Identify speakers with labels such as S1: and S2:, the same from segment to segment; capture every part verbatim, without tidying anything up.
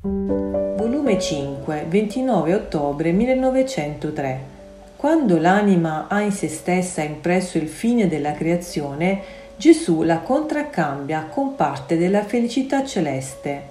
S1: Volume cinque, ventinove ottobre millenovecentotre. Quando l'anima ha in se stessa impresso il fine della creazione, Gesù la contraccambia con parte della felicità celeste.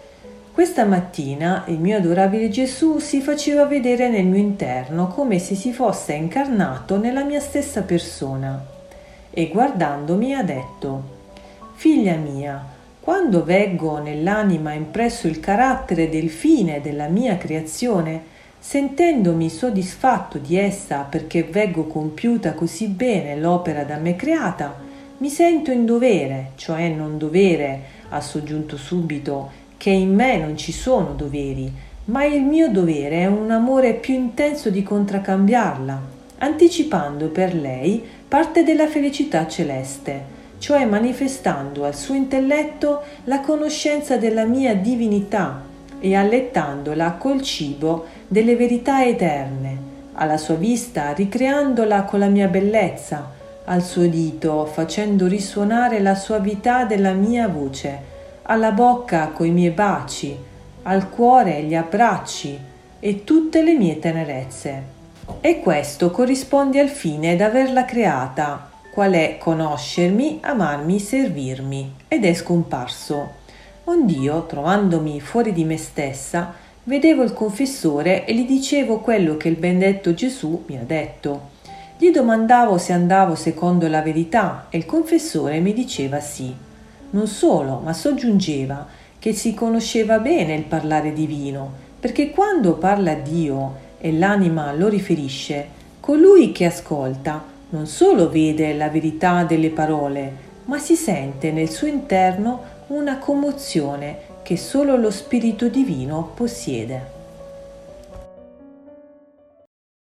S1: Questa mattina il mio adorabile Gesù si faceva vedere nel mio interno come se si fosse incarnato nella mia stessa persona e guardandomi ha detto: «Figlia mia, quando veggo nell'anima impresso il carattere del fine della mia creazione, sentendomi soddisfatto di essa perché veggo compiuta così bene l'opera da me creata, mi sento in dovere, cioè non dovere, ha soggiunto subito, che in me non ci sono doveri, ma il mio dovere è un amore più intenso di contraccambiarla, anticipando per lei parte della felicità celeste, cioè manifestando al suo intelletto la conoscenza della mia divinità e allettandola col cibo delle verità eterne, alla sua vista ricreandola con la mia bellezza, al suo udito facendo risuonare la soavità della mia voce, alla bocca coi miei baci, al cuore gli abbracci e tutte le mie tenerezze. E questo corrisponde al fine d'averla creata, qual è conoscermi, amarmi, servirmi, ed è scomparso. Ond'io, trovandomi fuori di me stessa, vedevo il confessore e gli dicevo quello che il benedetto Gesù mi ha detto. Gli domandavo se andavo secondo la verità e il confessore mi diceva sì. Non solo, ma soggiungeva che si conosceva bene il parlare divino, perché quando parla Dio e l'anima lo riferisce, colui che ascolta non solo vede la verità delle parole, ma si sente nel suo interno una commozione che solo lo Spirito Divino possiede.